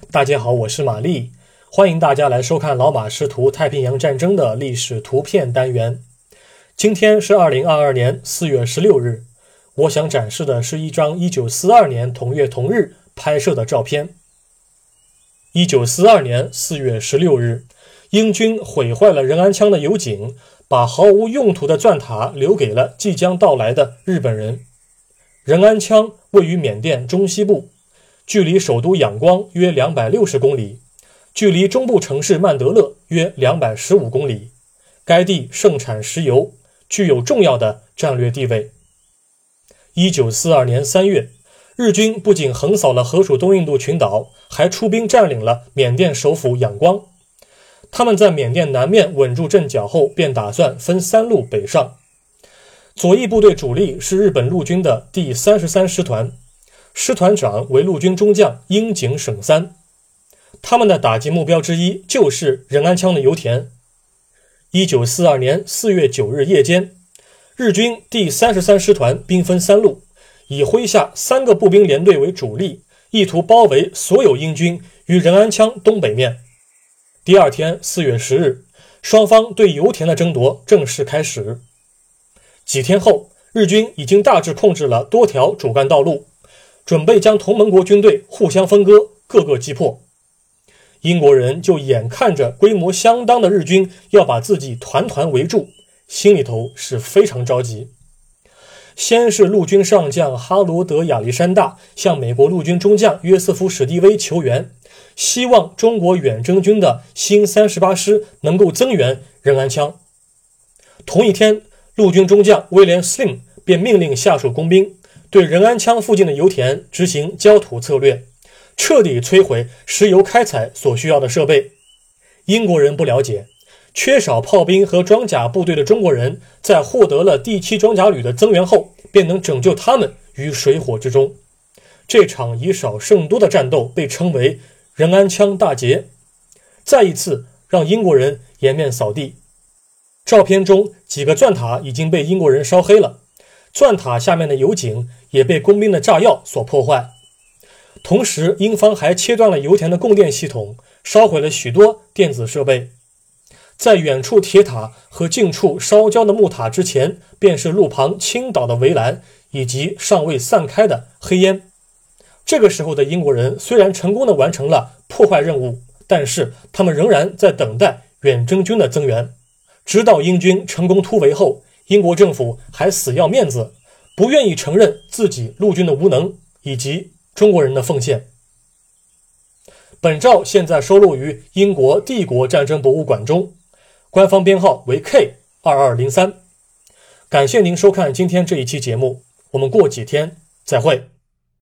大家好，我是玛丽，欢迎大家来收看老马识图太平洋战争的历史图片单元。今天是2022年4月16日，我想展示的是一张1942年同月同日拍摄的照片。1942年4月16日，英军毁坏了仁安羌的油井，把毫无用途的钻塔留给了即将到来的日本人。仁安羌位于缅甸中西部，距离首都仰光约260公里，距离中部城市曼德勒约215公里。该地盛产石油，具有重要的战略地位。1942年3月，日军不仅横扫了河属东印度群岛，还出兵占领了缅甸首府仰光。他们在缅甸南面稳住阵脚后，便打算分3路北上。左翼部队主力是日本陆军的第33师团，师团长为陆军中将樱井省三。他们的打击目标之一就是仁安羌的油田。1942年4月9日夜间，日军第33师团兵分3路，以麾下3个步兵联队为主力，意图包围所有英军于仁安羌东北面。第二天4月10日，双方对油田的争夺正式开始。几天后，日军已经大致控制了多条主干道路，准备将同盟国军队互相分割，各个击破。英国人就眼看着规模相当的日军要把自己团团围住，心里头是非常着急。先是陆军上将哈罗德·亚历山大向美国陆军中将约瑟夫·史蒂威求援，希望中国远征军的新38师能够增援仁安羌。同一天，陆军中将威廉·斯林便命令下属工兵对仁安羌附近的油田执行焦土策略，彻底摧毁石油开采所需要的设备。英国人不了解，缺少炮兵和装甲部队的中国人在获得了第7装甲旅的增援后，便能拯救他们于水火之中。这场以少胜多的战斗被称为仁安羌大捷，再一次让英国人颜面扫地。照片中几个钻塔已经被英国人烧黑了，钻塔下面的油井也被工兵的炸药所破坏。同时，英方还切断了油田的供电系统，烧毁了许多电子设备。在远处铁塔和近处烧焦的木塔之前，便是路旁倾倒的围栏以及尚未散开的黑烟。这个时候的英国人虽然成功地完成了破坏任务，但是他们仍然在等待远征军的增援。直到英军成功突围后，英国政府还死要面子，不愿意承认自己陆军的无能以及中国人的奉献。本照现在收录于英国帝国战争博物馆中，官方编号为 K2203。感谢您收看今天这一期节目，我们过几天再会。